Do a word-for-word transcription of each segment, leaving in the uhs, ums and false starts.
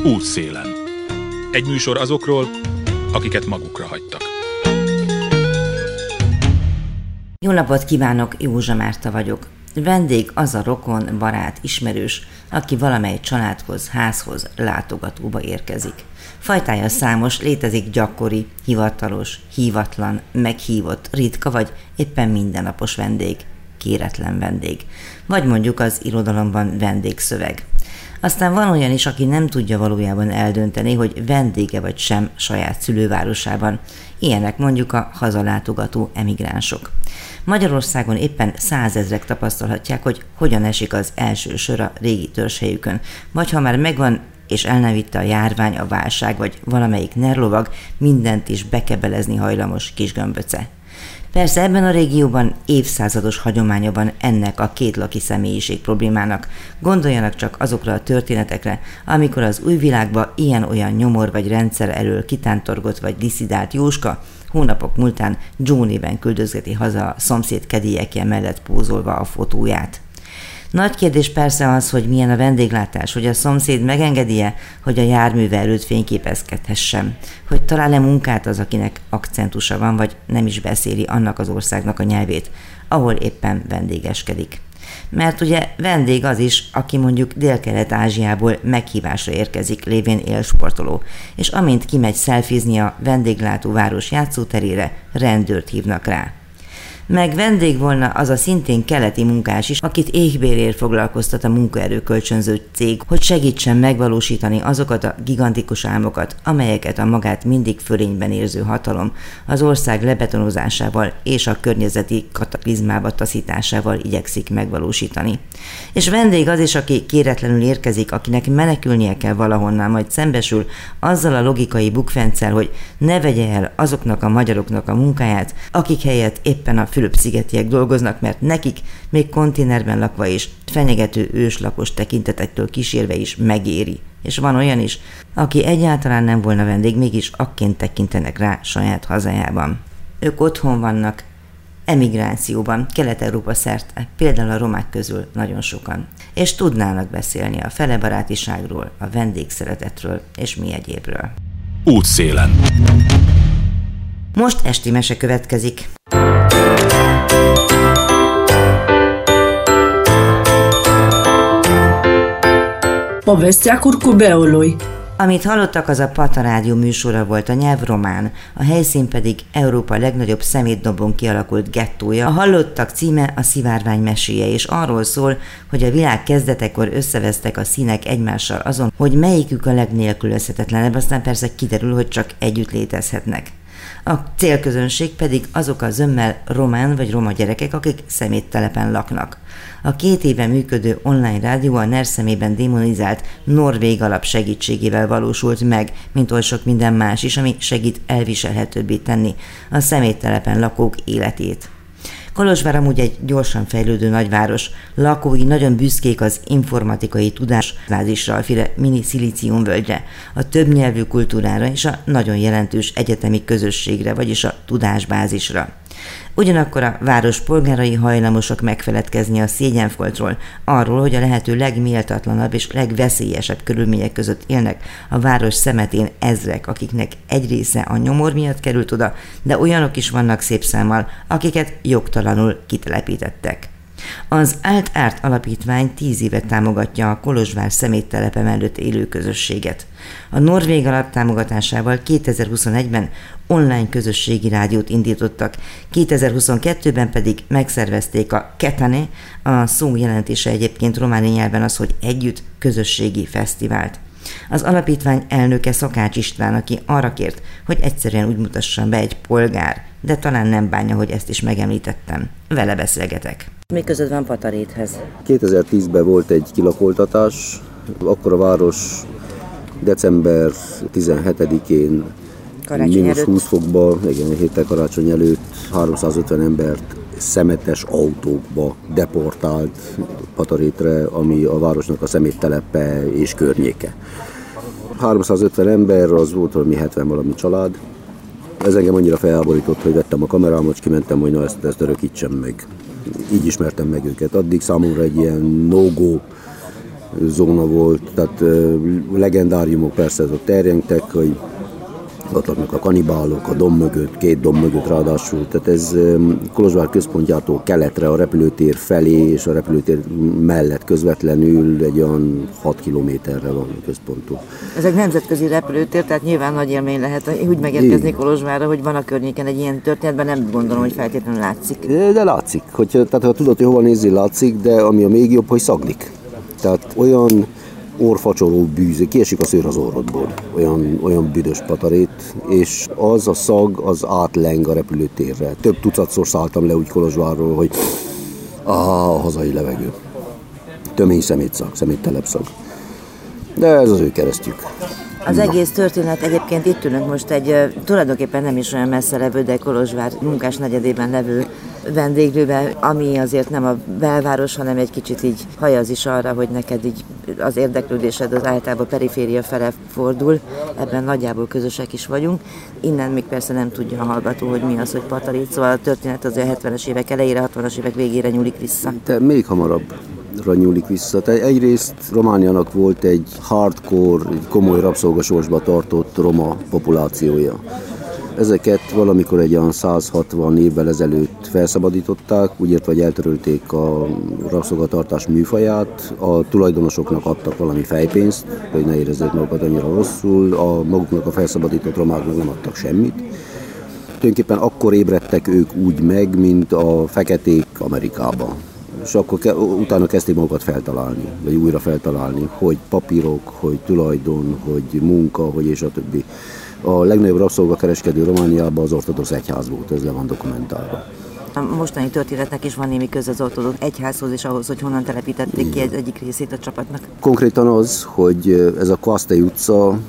Útszélen. Egy műsor azokról, akiket magukra hagytak. Jó napot kívánok, Józsa Márta vagyok. Vendég az a rokon, barát, ismerős, aki valamely családhoz, házhoz, látogatóba érkezik. Fajtája számos, létezik gyakori, hivatalos, hívatlan, meghívott, ritka vagy éppen mindennapos vendég, kéretlen vendég. Vagy mondjuk az irodalomban vendégszöveg. Aztán van olyan is, aki nem tudja valójában eldönteni, hogy vendége vagy sem saját szülővárosában. Ilyenek mondjuk a hazalátogató emigránsok. Magyarországon éppen százezrek tapasztalhatják, hogy hogyan esik az első sor a régi törzshelyükön. Vagy ha már megvan és el nem vitte a járvány, a válság, vagy valamelyik nerlovag, mindent is bekebelezni hajlamos kisgömböce. Persze ebben a régióban évszázados hagyománya van ennek a kétlaki személyiség problémának. Gondoljanak csak azokra a történetekre, amikor az új világba ilyen-olyan nyomor vagy rendszer elől kitántorgott vagy disszidált Jóska hónapok múltán Joe néven küldözgeti haza a szomszéd kedélyekje mellett pózolva a fotóját. Nagy kérdés persze az, hogy milyen a vendéglátás, hogy a szomszéd megengedi-e, hogy a járműve előtt fényképezkedhessen, hogy talál-e munkát az, akinek akcentusa van, vagy nem is beszéli annak az országnak a nyelvét, ahol éppen vendégeskedik. Mert ugye vendég az is, aki mondjuk Dél-Kelet-Ázsiából meghívásra érkezik, lévén élsportoló, és amint kimegy szelfizni a vendéglátóváros játszóterére, rendőrt hívnak rá. Meg vendég volna az a szintén keleti munkás is, akit éhbérért foglalkoztat a munkaerőkölcsönző cég, hogy segítsen megvalósítani azokat a gigantikus álmokat, amelyeket a magát mindig fölényben érző hatalom az ország lebetonozásával és a környezeti kataklizmába taszításával igyekszik megvalósítani. És vendég az is, aki kéretlenül érkezik, akinek menekülnie kell valahonnan, majd szembesül azzal a logikai bukfenccel, hogy ne vegye el azoknak a magyaroknak a munkáját, akik helyett éppen a Fülöp-szigetiek dolgoznak, mert nekik még konténerben lakva is, fenyegető őslakos tekintetektől kísérve is megéri. És van olyan is, aki egyáltalán nem volna vendég, mégis akként tekintenek rá saját hazájában. Ők otthon vannak, emigrációban, Kelet-Európa szerte, például a romák közül nagyon sokan. És tudnának beszélni a felebarátiságról, a vendégszeretetről és mi egyébről. Útszélen. Most esti mese következik. Povestea curcubeului. Amit hallottak, az a Pata Rádió műsora volt, a nyelv román, a helyszín pedig Európa legnagyobb szemétdobon kialakult gettója. A hallottak címe a Szivárvány meséje, és arról szól, hogy a világ kezdetekor összevesztek a színek egymással azon, hogy melyikük a legnélkülözhetetlenebb, aztán persze kiderül, hogy csak együtt létezhetnek. A célközönség pedig azok a zömmel román vagy roma gyerekek, akik szeméttelepen laknak. A két éve működő online rádió a NER szemében démonizált norvég alap segítségével valósult meg, mint oly sok minden más is, ami segít elviselhetőbbé tenni a szeméttelepen lakók életét. Kolozsvár amúgy egy gyorsan fejlődő nagyváros, lakói nagyon büszkék az informatikai tudásbázisra, a féle mini szilíciumvölgyre, a többnyelvű kultúrára és a nagyon jelentős egyetemi közösségre, vagyis a tudásbázisra. Ugyanakkor a város polgárai hajlamosak megfeledkezni a szégyenfoltról, arról, hogy a lehető legméltatlanabb és legveszélyesebb körülmények között élnek a város szemetén ezrek, akiknek egy része a nyomor miatt került oda, de olyanok is vannak szép számmal, akiket jogtalanul kitelepítettek. Az Alt-Árt alapítvány tíz éve támogatja a Kolozsvár szeméttelepe mellett élő közösséget. A norvég alap támogatásával kétezer-huszonegyben online közösségi rádiót indítottak, kétezer-huszonkettőben pedig megszervezték a Ketane, a szó jelentése egyébként románi nyelven az, hogy együtt közösségi fesztivált. Az alapítvány elnöke Szakács István, aki arra kért, hogy egyszerűen úgy mutassam be egy polgár, de talán nem bánja, hogy ezt is megemlítettem. Vele beszélgetek. Mi között van Pataréthez? kétezer-tízben volt egy kilakoltatás, akkor a város december tizenhetedikén mínusz húsz fokba, igen, héttel karácsony előtt háromszázötven embert szemetes autókba deportált Patarétre, ami a városnak a szeméttelepe és környéke. háromszázötven ember, az volt valami hetven valami család. Ez engem annyira felháborított, hogy vettem a kamerámat, és kimentem, hogy na ezt, ezt örökítsem meg. Így ismertem meg őket. Addig számomra egy ilyen no-go zóna volt, tehát legendáriumok persze ott terjengtek, hogy ott laknak a kanibálok, a domb mögött, két domb mögött ráadásul. Tehát ez Kolozsvár központjától keletre, a repülőtér felé és a repülőtér mellett közvetlenül egy olyan hat kilométerre van a központtól. Ez egy nemzetközi repülőtér, tehát nyilván nagy élmény lehet úgy megérkezni Kolozsvárra, hogy van a környéken egy ilyen történetben, nem gondolom, hogy feltétlenül látszik. De látszik, hogy, tehát ha tudod, hogy hova nézzél, látszik, de ami a még jobb, hogy szaglik. Tehát olyan orrfacsoló bűz, kiesik a szőr az orrodból, olyan, olyan büdös patarét, és az a szag az átleng a repülőtérre. Több tucatszor szálltam le úgy Kolozsvárról, hogy ah, a hazai levegő. Tömény szemétszag, szeméttelepszag. De ez az ő keresztjük. Az egész történet egyébként itt ülünk most egy tulajdonképpen nem is olyan messze levő, de Kolozsvár munkás negyedében levő vendéglőbe, ami azért nem a belváros, hanem egy kicsit így hajaz is arra, hogy neked így az érdeklődésed az általában periféria fele fordul, ebben nagyjából közösek is vagyunk. Innen még persze nem tudja a hallgató, hogy mi az, hogy patarét, szóval a történet az a hetvenes évek elejére, hatvanas évek végére nyúlik vissza. De még hamarabb nyúlik vissza. Tehát egyrészt Romániának volt egy hardcore, egy komoly rabszolgasorsba tartott roma populációja. Ezeket valamikor egy olyan száz hatvan évvel ezelőtt felszabadították, úgy értve, hogy eltörölték a rabszolgatartás műfaját, a tulajdonosoknak adtak valami fejpénzt, hogy ne érezzék magukat annyira rosszul, a maguknak a felszabadított romáknak nem adtak semmit. Tulajdonképpen akkor ébredtek ők úgy meg, mint a feketék Amerikában. És akkor ke- utána kezdték magukat feltalálni, vagy újra feltalálni, hogy papírok, hogy tulajdon, hogy munka, hogy és a többi. A legnagyobb rabszolgakereskedő Romániában az ortodox egyház volt, ez le van dokumentálva. A mostani történetnek is van némi köze az ortodox egyházhoz és ahhoz, hogy honnan telepítették ki egy egyik részét a csapatnak. Konkrétan az, hogy ez a Kvasztei utca, a,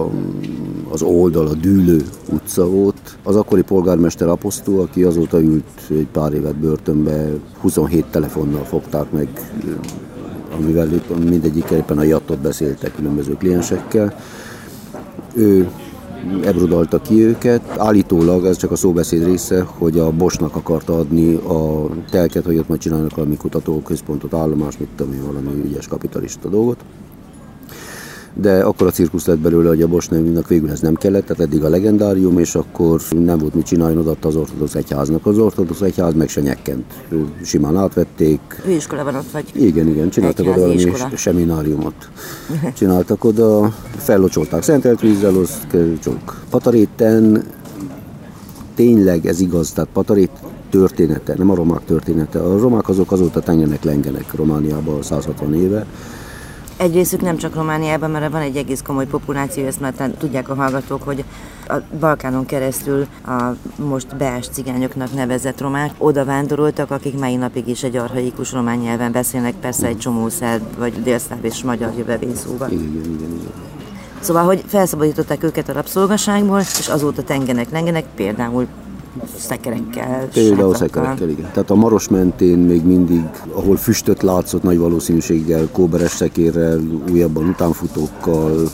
az oldal, a Dűlő utca volt. Az akkori polgármester Aposztó, aki azóta ült egy pár évet börtönbe, huszonhét telefonnal fogták meg, amivel mindegyikkel éppen a jattot beszéltek különböző kliensekkel. Ő ebrudalta ki őket. Állítólag, ez csak a szóbeszéd része, hogy a Bosnak akarta adni a telket, hogy ott majd csinálnak valami kutatóközpontot, állomás, mit tudom én, valami ügyes kapitalista dolgot. De akkor a cirkusz lett belőle, hogy a Bosnak végül ez nem kellett, tehát eddig a legendárium, és akkor nem volt mit csinálni, odaadta az ortodox egyháznak. Az ortodox egyház meg se nyekkent. Simán átvették. Főiskola van ott, vagy? Igen, igen, csináltak oda valami semináriumot. Csináltak oda, fellocsolták szentelt vízzel, azt csók. Pataréten tényleg ez igaz, tehát Patarét története, nem a romák története. A romák azok azóta tengenek, lengenek Romániában száz hatvan éve. Egy részük nem csak Romániában, mert van egy egész komoly populáció, ezt már tudják a hallgatók, hogy a Balkánon keresztül a most beás cigányoknak nevezett romák oda vándoroltak, akik mai napig is egy archaikus román nyelven beszélnek, persze egy csomó szerb vagy délszláv és magyar jövevészóval. Igen, igen, igen. Szóval, hogy felszabadították őket a rabszolgaságból, és azóta tengenek, lengenek, például szekerekkel, Például szekerekkel, igen. Tehát a Maros mentén még mindig, ahol füstöt látszott nagy valószínűséggel, kóberes szekérrel, újabban utánfutókkal,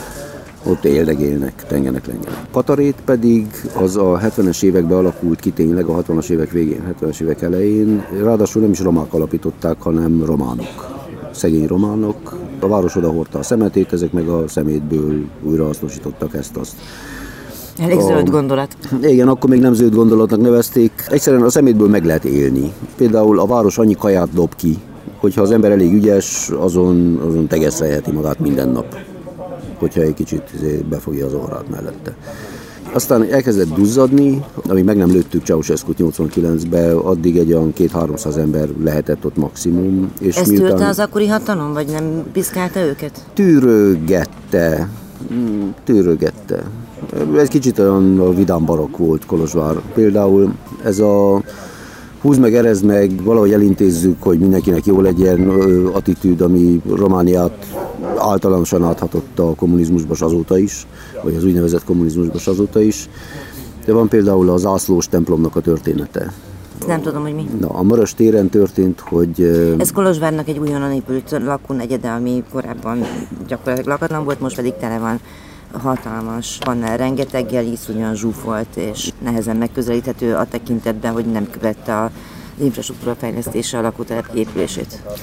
ott éldegélnek, tengenek, lengenek. Patarét pedig az a hetvenes években alakult ki tényleg, a hatvanas évek végén, hetvenes évek elején. Ráadásul nem is romák alapították, hanem románok. Szegény románok. A város oda hordta a szemetét, ezek meg a szemétből újrahasznosítottak ezt-azt. Elég a... zöld gondolat. Igen, akkor még nem zöld gondolatnak nevezték. Egyszerűen a szemétből meg lehet élni. Például a város annyi kaját dob ki, hogyha az ember elég ügyes, azon, azon tegeszrejheti magát minden nap, hogyha egy kicsit befogja az orrát mellette. Aztán elkezdett duzzadni, amíg meg nem lőttük Ceausescut nyolcvankilencben, addig egy olyan két-háromszáz ember lehetett ott maximum. És ezt miután... tűrte az akkori hatalom, vagy nem piszkálta őket? Tűrögette. Tűrögette. Ez kicsit olyan a vidám barokk volt Kolozsvár. Például ez a húzd meg, erezd meg, valahogy elintézzük, hogy mindenkinek jó legyen attitűd, ami Romániát általánosan áthatott a kommunizmusba azóta is, vagy az úgynevezett kommunizmusba azóta is. De van például az zászlós templomnak a története. Nem tudom, hogy mi. Na, a Maras téren történt, hogy... Ez Kolozsvárnak egy újonnan épült lakónegyede, ami korábban gyakorlatilag lakatlan volt, most pedig tele van hatalmas panel, rengeteggel, iszonyan zsúfolt és nehezen megközelíthető a tekintetben, hogy nem követte az infrastruktúra fejlesztése a lakótelep épülését.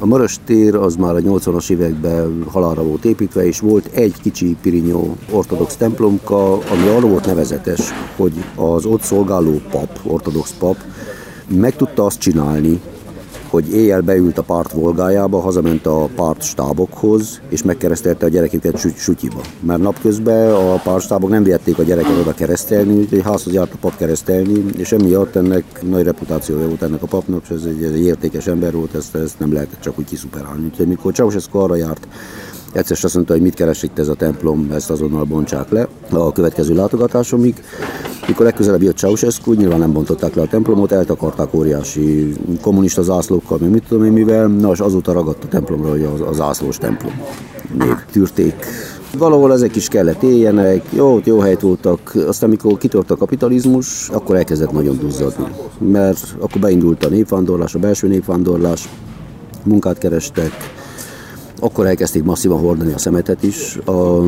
A Maros tér az már a nyolcvanas években halálra volt építve, és volt egy kicsi pirinyó ortodox templomka, ami arra volt nevezetes, hogy az ott szolgáló pap, ortodox pap meg tudta azt csinálni, hogy éjjel beült a párt volgájába, hazament a párt stábokhoz, és megkeresztelte a gyerekeket sutyiba. Mert napközben a pártstábok nem vihették a gyereket oda keresztelni, úgyhogy házhoz járt a pap keresztelni, és emiatt ennek nagy reputációja volt ennek a papnak, és ez egy, ez egy értékes ember volt, ezt, ezt nem lehetett csak úgy kiszuperálni. Úgyhogy mikor Ceausescu arra járt, egyszer azt mondta, hogy mit keres itt ez a templom, ezt azonnal bontsák le a következő látogatásomig. Mikor legközelebb jött Ceausescu, nyilván nem bontották le a templomot, eltakarták óriási kommunista zászlókkal, még mit tudom én mivel, na és azóta ragadt a templomra, hogy az, az zászlós templom. Még tűrték. Valahol ezek is kellett éljenek, jó, jó helyt voltak, aztán amikor kitört a kapitalizmus, akkor elkezdett nagyon duzzadni, mert akkor beindult a népvándorlás, a belső népvándorlás, munkát kerestek, akkor elkezdték masszívan hordani a szemetet is, a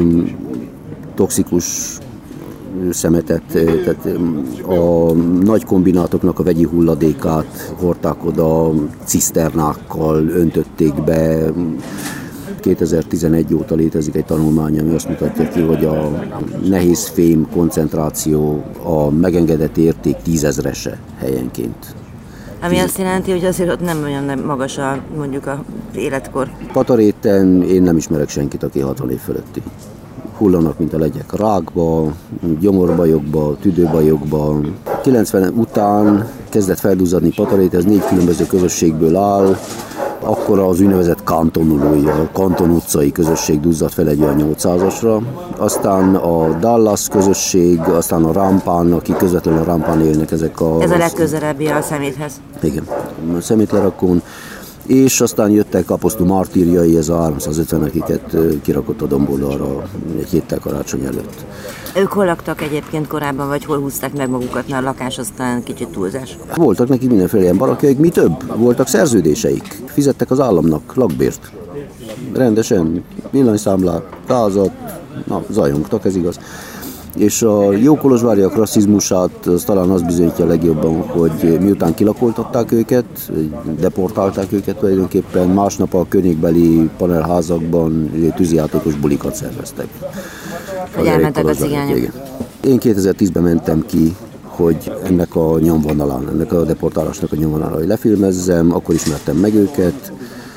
toxikus szemetet, tehát a nagy kombinátoknak a vegyi hulladékát hordták oda, ciszternákkal öntötték be. kétezer-tizenegy óta létezik egy tanulmány, ami azt mutatja ki, hogy a nehéz fém koncentráció a megengedett érték tízezrese helyenként. Ami azt jelenti, hogy azért ott nem olyan magas a, mondjuk az életkor. Pataréten én nem ismerek senkit, aki hatvan év fölötti. Hullanak, mint a legyek rákba, gyomorbajokba, tüdőbajokba. kilencven után kezdett felduzzadni Patarét, ez négy különböző közösségből áll. Akkor az úgynevezett kantonulói, a kanton utcai közösség duzzadt fel egy olyan nyolcszázasra. Aztán a Dallas közösség, aztán a Rampán, akik közvetlenül a Rampán élnek ezek a... Ez a legközelebbi a szeméthez. Igen, a szemétlerakón. És aztán jöttek Aposztol mártírjai, ez a háromszázötven, akiket kirakott a domboldalra egy héttel karácsony előtt. Ők hol laktak egyébként korábban, vagy hol húzták meg magukat, mert a lakás aztán kicsit túlzás? Voltak nekik mindenféle ilyen barakjaik, mi több, voltak szerződéseik, fizettek az államnak lakbért. Rendesen, villanyszámlát, gázat, na, zajongtak, ez igaz. És a jó kolozsváriak rasszizmusát az talán az bizonyítja legjobban, hogy miután kilakoltatták őket, deportálták őket tulajdonképpen, másnap a környékbeli panelházakban tűzijátékos bulikat szerveztek. Hogy elmentek a cigányok. Én kétezer-tízben mentem ki, hogy ennek a nyomvonalán, ennek a deportálásnak a nyomvonalai lefilmezzem, akkor ismertem meg őket.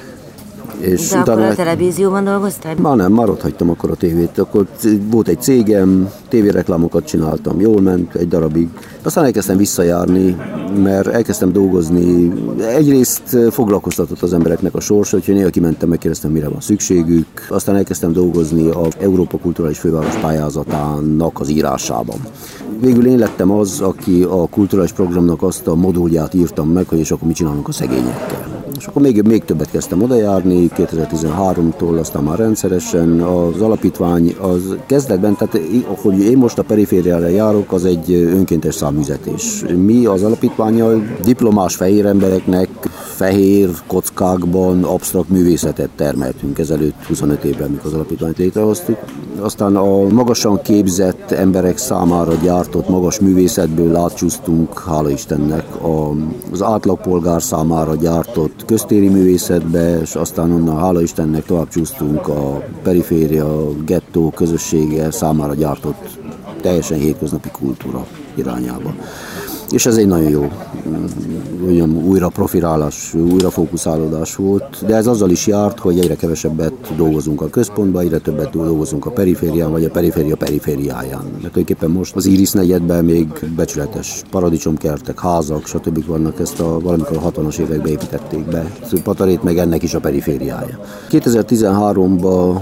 És de utána, akkor a televízióban dolgoztál? Már nem, már ott hagytam akkor a tévét. Akkor volt egy cégem, tévéreklámokat csináltam, jól ment egy darabig. Aztán elkezdtem visszajárni, mert elkezdtem dolgozni. Egyrészt foglalkoztatott az embereknek a sorsa, úgyhogy néha kimentem, megkérdeztem, mire van szükségük. Aztán elkezdtem dolgozni az Európa Kulturális Főváros pályázatának az írásában. Végül én lettem az, aki a kulturális programnak azt a modulját írtam meg, hogy és akkor mit csinálunk a szegényekkel. És akkor még, még többet kezdtem odajárni, kétezer-tizenháromtól, aztán már rendszeresen. Az alapítvány az kezdetben, tehát hogy én most a perifériára járok, az egy önkéntes száműzetés. Mi az alapítvánnyal diplomás fehér embereknek fehér kockákban absztrakt művészetet termeltünk ezelőtt huszonöt évben, mikor az alapítványt létrehoztuk. Aztán a magasan képzett emberek számára gyártott magas művészetből átcsúsztunk, hála Istennek, az átlagpolgár számára gyártott köztéri művészetbe, és aztán onnan, hála Istennek, tovább csúsztunk a periféria, gettó közössége számára gyártott teljesen hétköznapi kultúra irányába. És ez egy nagyon jó olyan újra profilálás, újra fókuszálódás volt, de ez azzal is járt, hogy egyre kevesebbet dolgozunk a központban, egyre többet dolgozunk a periférián, vagy a periféria perifériáján. Mert tulajdonképpen most az Iris negyedben még becsületes paradicsomkertek, házak, stb. Vannak, ezt a valamikor a hatvanas években építették be. Patarét meg ennek is a perifériája. kétezer-tizenháromban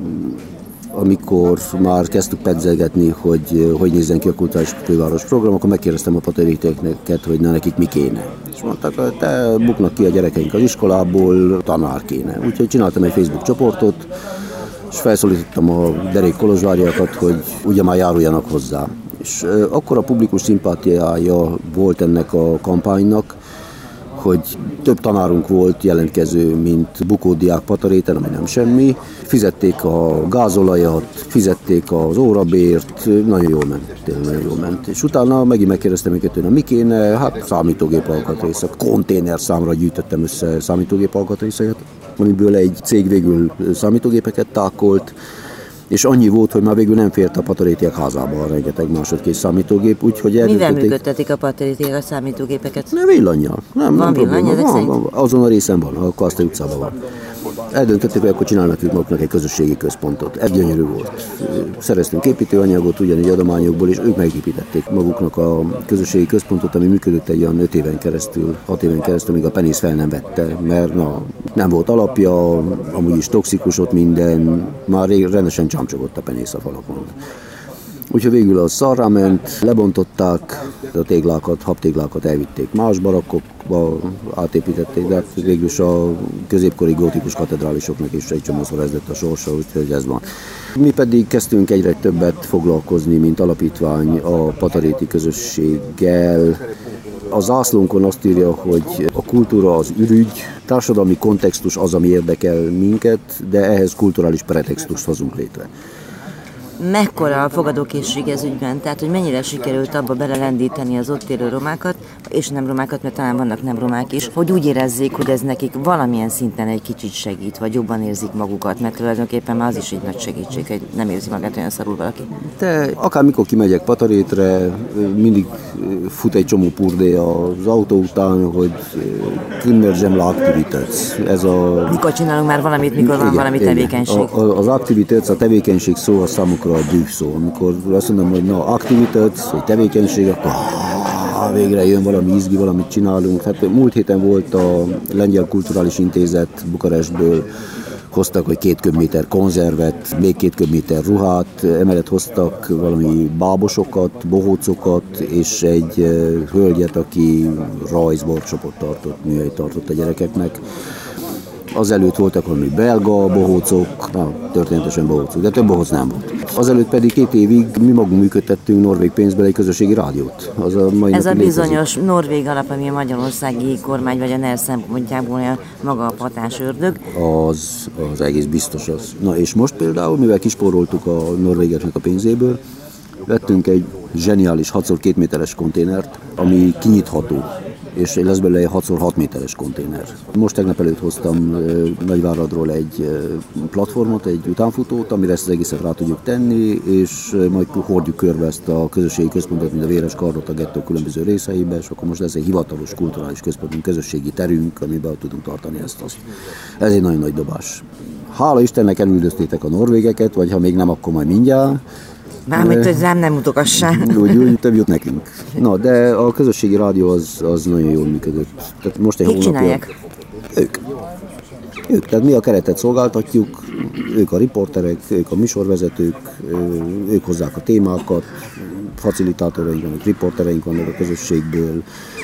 amikor már kezdtük pedzelgetni, hogy hogy nézzen ki a kulturális főváros program, akkor megkérdeztem a pataréteket, hogy na, nekik mi kéne. És mondták, hogy te buknak ki a gyerekeink az iskolából, tanár kéne. Úgyhogy csináltam egy Facebook csoportot, és felszólítottam a derék kolozsváriakat, hogy ugye már járuljanak hozzá. És akkor a publikus szimpátiája volt ennek a kampánynak, hogy több tanárunk volt jelentkező, mint Bukó diák Pataréten, ami nem semmi. Fizették a gázolajat, fizették az órabért, nagyon jól ment, tényleg nagyon jól ment. És utána megint megkérdeztem őket, hogy na mi kéne, hát számítógép alkatrészek. Konténer számra gyűjtöttem össze számítógép alkatrészeket, amiből egy cég végül számítógépeket tákolt, és annyi volt, hogy már végül nem fért a patarétiek házába a rengeteg másodkész számítógép, úgyhogy mivel működtetik a patarétiek a számítógépeket? Ne, villannyal. Nem, van nem villany, ezek van, van, azon a részen van, a Kasztai utcában van. Eldöntöttük, hogy akkor csinálnak ők maguknak egy közösségi központot. Ez gyönyörű volt. Szereztünk építőanyagot ugyanígy adományokból, és ők megépítették maguknak a közösségi központot, ami működött egy olyan öt éven keresztül, hat éven keresztül, míg a penész fel nem vette, mert na, nem volt alapja, amúgy is toxikus ott minden, már rendesen csámcsogott a penész a falakon. Úgyhogy végül az szarrá ment, lebontották a téglákat, habtéglákat elvitték más barakkokba, átépítették, de hát végül is a középkori gótikus katedrálisoknak is egy csomószor ez lett a sorsa, úgyhogy ez van. Mi pedig kezdtünk egyre többet foglalkozni, mint alapítvány a pataréti közösséggel. A zászlónkon azt írja, hogy a kultúra az ürügy, társadalmi kontextus az, ami érdekel minket, de ehhez kulturális pretextust hozunk létre. Mekkora a fogadókészség ez ügyben? Tehát, hogy mennyire sikerült abba belelendíteni az ott élő romákat, és nem romákat, mert talán vannak nem romák is, hogy úgy érezzék, hogy ez nekik valamilyen szinten egy kicsit segít, vagy jobban érzik magukat, mert tulajdonképpen már az is egy nagy segítség, hogy nem érzi magát olyan szarul valaki. De akármikor kimegyek Patarétre, mindig fut egy csomó purdé az autó után, hogy Kimmerzsemla Activitats. Ez a... Mikor csinálunk már valamit, mikor van igen, valami tevékenység? A, a, az Activitats, a tevékenység szó a számukra a bűv szó. Amikor azt mondom, hogy na, Activitats, hogy tevékenység, akkor végre jön valami izgi, valamit csinálunk. Hát múlt héten volt a Lengyel Kulturális Intézet Bukarestből, hoztak, hogy két köbméter konzervet, még két köbméter ruhát, emellett hoztak valami bábosokat, bohócokat, és egy hölgyet, aki rajzworkshopot tartott, műhelyt tartott a gyerekeknek. Azelőtt voltak valami belga bohócok, na, történetesen bohócok, de több bohóc nem volt. Azelőtt pedig két évig mi magunk működtettünk norvég pénzből egy közösségi rádiót. Az a mai Ez a bizonyos létezik. Norvég alap, ami a magyarországi kormány vagy a NER szempontjából a maga a patás ördög. Az, az egész biztos az. Na és most például, mivel kispóroltuk a norvégeknek a pénzéből, vettünk egy zseniális hat szor két méteres konténert, ami kinyitható, és lesz belőle egy hat szor hat méteres konténer. Most tegnap előtt hoztam Nagyváradról egy platformot, egy utánfutót, amire ezt az egészet rá tudjuk tenni, és majd hordjuk körbe ezt a közösségi központot, mint a Véres Kardot a gettó különböző részeibe, és akkor most lesz egy hivatalos kulturális központunk, közösségi terünk, amiben tudunk tartani ezt azt. Ez egy nagyon nagy dobás. Hála Istennek elüldöztétek a norvégeket, vagy ha még nem, akkor majd mindjárt. Mármint, hogy rám nem mutogassál. Úgy, úgy több jut nekünk. Na, de a közösségi rádió az, az nagyon jól működött. Tehát most egy Kik csinálják? Ők. Ők. Tehát mi a keretet szolgáltatjuk, ők a riporterek, ők a műsorvezetők, ők hozzák a témákat, facilitátoraink vannak, riportereink vannak a közösségből.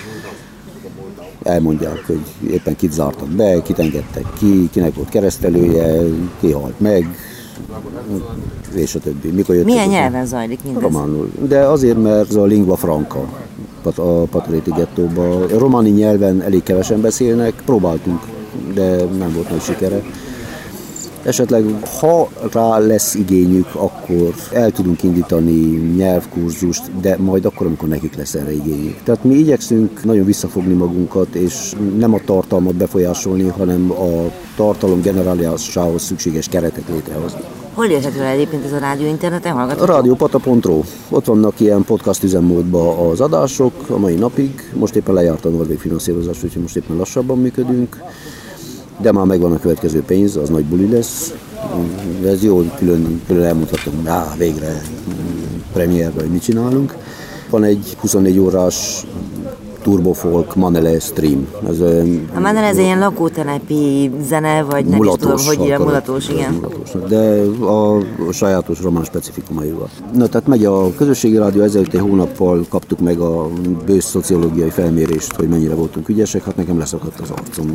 Elmondják, hogy éppen kit zártak be, kit engedtek ki, kinek volt keresztelője, ki halt meg, és a többi. Mikor milyen nyelven zajlik mindez? Románul. De azért, mert ez a lingua franca a pataréti gettóban. Románi nyelven elég kevesen beszélnek, próbáltunk, de nem volt nagy sikere. Esetleg, ha rá lesz igényük, akkor el tudunk indítani nyelvkurzust, de majd akkor, amikor nekik lesz erre igényük. Tehát mi igyekszünk nagyon visszafogni magunkat, és nem a tartalmat befolyásolni, hanem a tartalom generálásához szükséges keretet létrehozni. Hol érhető el egyébként ez a rádió interneten? Hallgatható? A rádiópata pont ro. Ott vannak ilyen podcast üzemmódban az adások a mai napig. Most éppen lejárt a norvég finanszírozás, úgyhogy most éppen lassabban működünk. De már megvan a következő pénz, az nagy buli lesz. Ez jó, külön, külön elmutatom, á, végre premierben, hogy mit csinálunk. Van egy huszonnégy órás turbofolk Manele stream. Ez, a Manele ez ilyen lakótelepi zene, vagy nem is tudom, hogy ilyen mulatós, igen. Mulatos, de a, a sajátos román specifikumaival. Na, tehát megy a közösségi rádió, ezelőtt egy hónappal kaptuk meg a bősz szociológiai felmérést, hogy mennyire voltunk ügyesek, hát nekem leszakadt az arcom.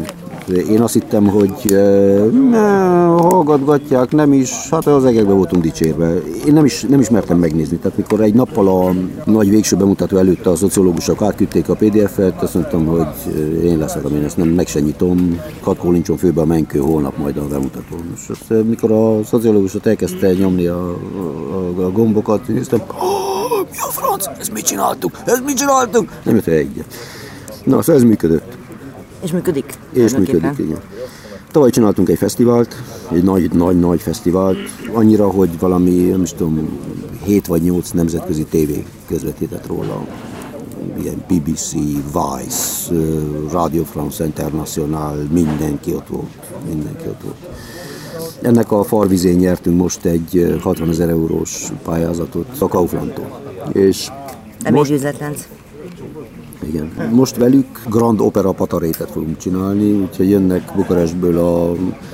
Én azt hittem, hogy ne, hallgatgatják, nem is, hát az egekben voltunk dicsérve. Én nem is, nem is mertem megnézni. Tehát mikor egy nappal a nagy végső bemutató előtt a szociológusok átküldték a pé dé ef-et, azt mondtam, hogy én leszek, én ezt nem meg se nyitom, hadd kólincsom főbe a Menkő holnap majd a bemutatón. És azt, mikor a szociológusot elkezdte nyomni a, a, a gombokat, néztem, oh, mi a franc, ezt mit csináltuk, ezt mit csináltuk? Nem jött egy. Na, szóval ez működött. És működik? És működik, igen. Tavaly csináltunk egy fesztivált, egy nagy-nagy fesztivált, annyira, hogy valami, nem is tudom, hét vagy nyolc nemzetközi tévé közvetített róla. Ilyen bé bé cé, Vice, Radio France International, mindenki ott volt. Mindenki ott volt. Ennek a farvizén nyertünk most egy hatvanezer eurós pályázatot a Kauflandtól. És most... üzletlánc. Igen. Most velük Grand Opera Patarétet fogunk csinálni, úgyhogy jönnek Bukarestből a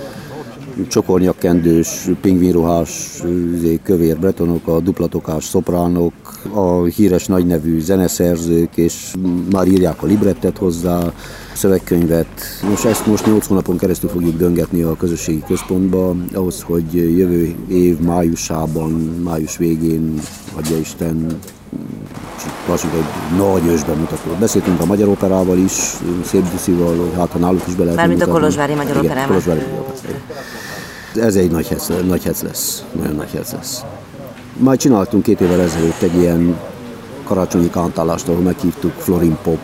csokornyakkendős, pingvinruhás, kövér bretonok, a duplatokás szopránok, a híres nagynevű zeneszerzők, és már írják a librettet hozzá, szövegkönyvet. Most ezt most nyolc hónapon keresztül fogjuk döngetni a közösségi központba, ahhoz, hogy jövő év májusában, május végén, adja Isten, lássuk egy nagy ősbemutatót. Beszéltünk a Magyar Operával is, Szép Duszival, hogy hát ha náluk is be lehet. Mármint a Kolozsvári Magyar Operával. Igen, Kolozsvári Magyar Operával. Ez egy nagy hec, nagy hec lesz, nagyon nagy hec lesz. Majd csináltunk két évvel ezelőtt egy ilyen karácsonyi kántálást, ahol meghívtuk Florin Pop,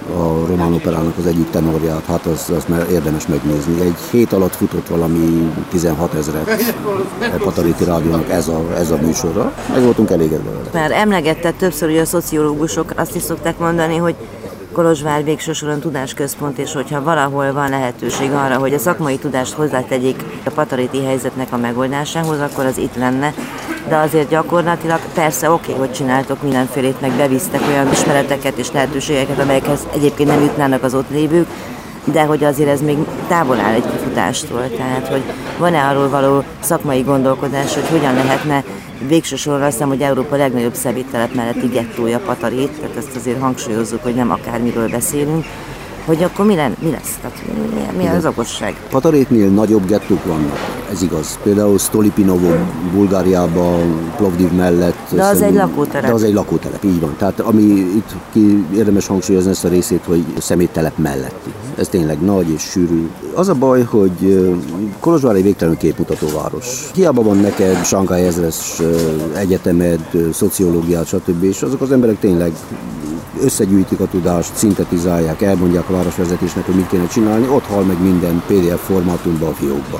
a Román Operának az egyik tenorját, hát az, az érdemes megnézni. Egy hét alatt futott valami tizenhat ezret a Pataréti Rádiónak ez a, ez a műsorra. Meg voltunk elégedve vele. Már emlegette többször, hogy a szociológusok azt is szokták mondani, hogy Kolozsvár végső soron tudásközpont, és hogyha valahol van lehetőség arra, hogy a szakmai tudást hozzátegyék a pataréti helyzetnek a megoldásához, akkor az itt lenne. De azért gyakorlatilag persze oké, okay, hogy csináltok mindenfélét, meg bevisztek olyan ismereteket és lehetőségeket, amelyekhez egyébként nem jutnának az ott lévők, de hogy azért ez még távol áll egy kifutástól. Tehát, hogy van-e arról való szakmai gondolkodás, hogy hogyan lehetne végső soron, azt hiszem, hogy Európa legnagyobb szeméttelep melletti gettója Patarét, tehát ezt azért hangsúlyozzuk, hogy nem akármiről beszélünk, hogy akkor mi, len, mi lesz? Tehát mi, mi az okosság? Patarétnél nagyobb gettók vannak, ez igaz. Például Stolipinovo Bulgáriában, Plovdiv mellett. De az egy lakótelep. De az egy lakótelep, így van. Tehát ami itt ki érdemes hangsúlyozni ezt a részét, hogy szeméttelep melletti. Ez tényleg nagy és sűrű. Az a baj, hogy Kolozsvár egy végtelenül képmutatóváros. Hiába van neked Sankai ezres egyetemed, szociológiát, stb. És azok az emberek tényleg összegyűjtik a tudást, szintetizálják, elmondják a városvezetésnek, hogy mit kéne csinálni, ott hal meg minden pé dé ef formátumban a fiókba.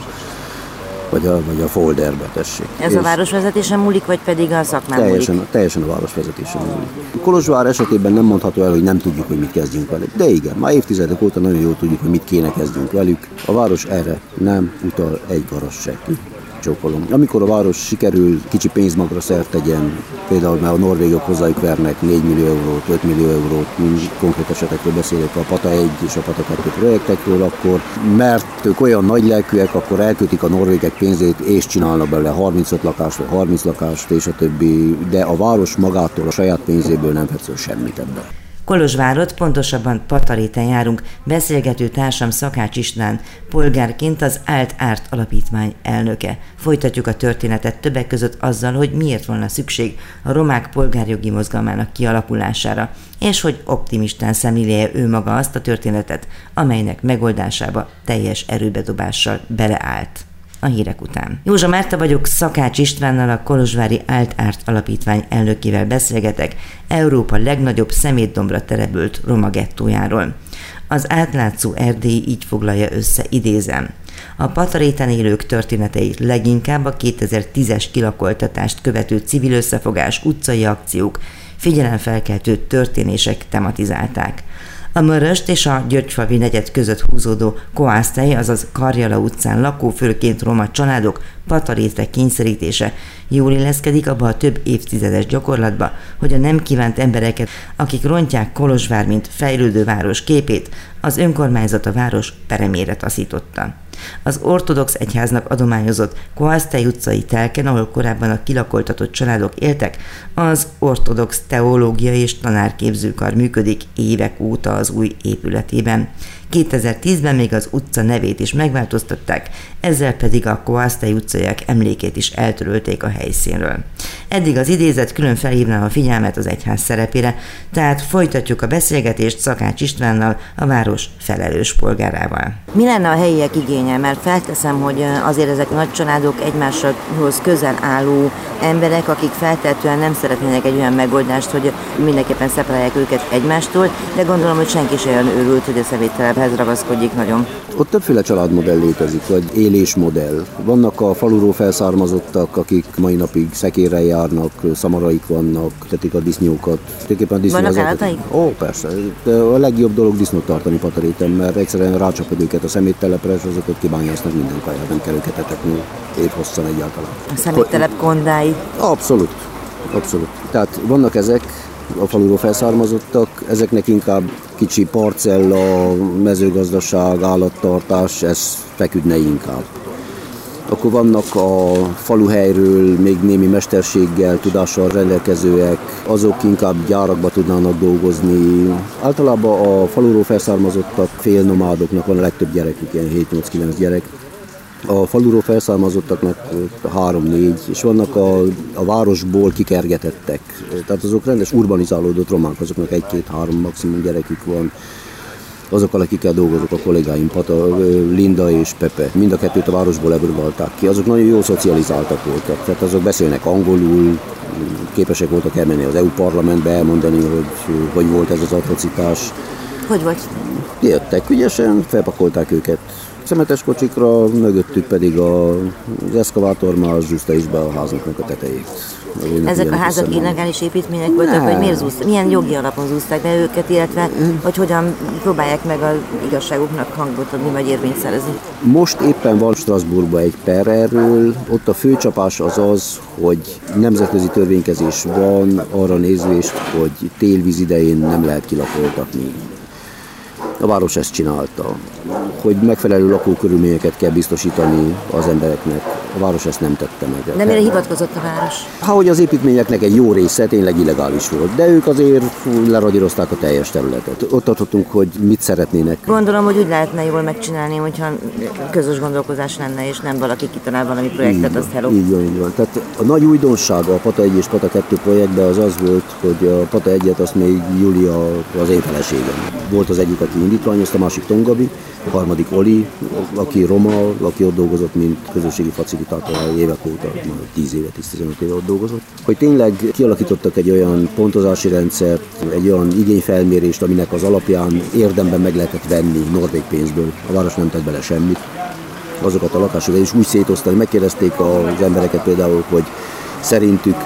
Vagy a, vagy a folderbe, tessék. Ez és a városvezetésen múlik, vagy pedig a szakmán teljesen, múlik? Teljesen a városvezetésen múlik. Kolozsvár esetében nem mondható el, hogy nem tudjuk, hogy mit kezdjünk velük. De igen, már évtizedek óta nagyon jól tudjuk, hogy mit kéne kezdjünk velük. A város erre nem utal egy garast se. Csókolom. Amikor a város sikerül kicsi pénzmagra szert tegyen, például mert a norvégok hozzájuk vernek négy millió eurót, öt millió eurót, konkrét esetekről beszélek, a Pata egy és a Pata kettő projektekről, akkor mert ők olyan nagy lelkűek, akkor elkötik a norvégek pénzét, és csinálnak belőle harmincöt lakást, vagy harminc lakást, és a többi, de a város magától, a saját pénzéből nem vett semmit ebben. Kolozsvárot, pontosabban Pataréten járunk, beszélgető társam Szakács István, polgárként az Alt Art alapítvány elnöke. Folytatjuk a történetet többek között azzal, hogy miért volna szükség a romák polgárjogi mozgalmának kialakulására, és hogy optimistán szemlélje ő maga azt a történetet, amelynek megoldásába teljes erőbedobással beleállt. A hírek után. Józsa Márta vagyok, Szakács Istvánnal, a kolozsvári Alt Art alapítvány elnökével beszélgetek Európa legnagyobb szemétdombra terebült roma gettójáról. Az átlátszó Erdély így foglalja össze, idézem. A Pataréten élők történeteit leginkább a kétezer-tízes kilakoltatást követő civil összefogás, utcai akciók, figyelemfelkeltő történések tematizálták. A Möröst és a Györgyfalvi negyed között húzódó Koásztely, azaz Karjala utcán lakó főként roma családok Patarétre kényszerítése jól illeszkedik abba a több évtizedes gyakorlatba, hogy a nem kívánt embereket, akik rontják Kolozsvár, mint fejlődő város képét, az önkormányzat a város peremére taszította. Az ortodox egyháznak adományozott Koasztai utcai telken, ahol korábban a kilakoltatott családok éltek, az ortodox teológiai és tanárképzőkar működik évek óta az új épületében. kétezer-tízben még az utca nevét is megváltoztatták, ezzel pedig a Koasztai utcaiak emlékét is eltörölték a helyszínről. Eddig az idézet külön felhívná a figyelmet az egyház szerepére, tehát folytatjuk a beszélgetést Szakács Istvánnal, a város felelős polgárával. Mi lenne a helyiek igénye? Mert felteszem, hogy azért ezek a nagy családok egymáshoz közel álló emberek, akik feltehetően nem szeretnének egy olyan megoldást, hogy mindenképpen szeparálják őket egymástól, de gondolom, hogy senki sem olyan őrült, hogy a szeméttelephez ragaszkodjék nagyon. Ott többféle családmodell létezik, vagy élésmodell. Vannak a faluról felszármazottak, akik mai napig szekérrel járnak, szamaraik vannak, tetik a disznyókat. A vannak állataik? Ó, persze. De a legjobb dolog disznót tartani Pataréten, mert egyszerűen rácsapod őket a szeméttelepre, és azokat kibányásznak minden kaját, nem kell őket etetni évhosszan egyáltalán. A szeméttelep kondái? Abszolút. Abszolút. Tehát vannak ezek, a faluról felszármazottak, ezeknek inkább kicsi parcella, mezőgazdaság, állattartás, ez feküdne inkább. Akkor vannak a faluhelyről még némi mesterséggel, tudással rendelkezőek, azok inkább gyárakba tudnának dolgozni. Általában a faluról felszármazottak félnomádoknak van a legtöbb gyerekük, ilyen hét-nyolc-kilenc gyerek. A faluról felszármazottaknak három-négy, és vannak a, a városból kikergetettek. Tehát azok rendes urbanizálódott románk, azoknak egy-két-három maximum gyerekük van. Azokkal, akikkel dolgozok, a kollégáim, Pata, Linda és Pepe, mind a kettőt a városból ebrugálták ki. Azok nagyon jól szocializáltak voltak, tehát azok beszélnek angolul, képesek voltak elmenni az é u parlamentbe, elmondani, hogy hogy volt ez az atrocitás. Hogy volt? Jöttek ügyesen, felpakolták őket szemetes kocsikra, mögöttük pedig a, az eszkavátor már zsúzta is be a háznak a tetejét. Ezek a házak illegális építmények voltak, vagy miért zúztak? Milyen jogi alapon zúzták be őket, illetve hogy hogyan próbálják meg az igazságuknak hangot adni, vagy érvényt szerezni? Most éppen van Strasbourgban egy per erről, ott a főcsapás az az, hogy nemzetközi törvénykezés van arra nézvést, hogy télvíz idején nem lehet kilakoltatni. A város ezt csinálta, hogy megfelelő lakókörülményeket kell biztosítani az embereknek. A város ezt nem tette meg. De mire hivatkozott a város? Hát, hogy az építményeknek egy jó része tényleg illegális volt, de ők azért leradírozták a teljes területet. Ott tartottunk, hogy mit szeretnének. Gondolom, hogy úgy lehetne jól megcsinálni, hogyha közös gondolkozás lenne, és nem valaki kitalál valami projektet, így azt hello. Így van, így van. Tehát a nagy újdonság a Pata egy és Pata kettő projektben az az volt, hogy a Pata egyet azt még Júlia, az én feleségem. Volt az egyik, aki indítványozta, a másik Tongabi, a harmadik Oli, aki roma, aki ott dolgozott, mint közösségi facilitátor évek óta, már tíz éve, tíz-tizenöt éve ott dolgozott. Hogy tényleg kialakítottak egy olyan pontozási rendszert, egy olyan igényfelmérést, aminek az alapján érdemben meg lehetett venni norvég pénzből. A város nem tett bele semmit. Azokat a lakásokat is úgy szétosztani, megkérdezték az embereket például, hogy szerintük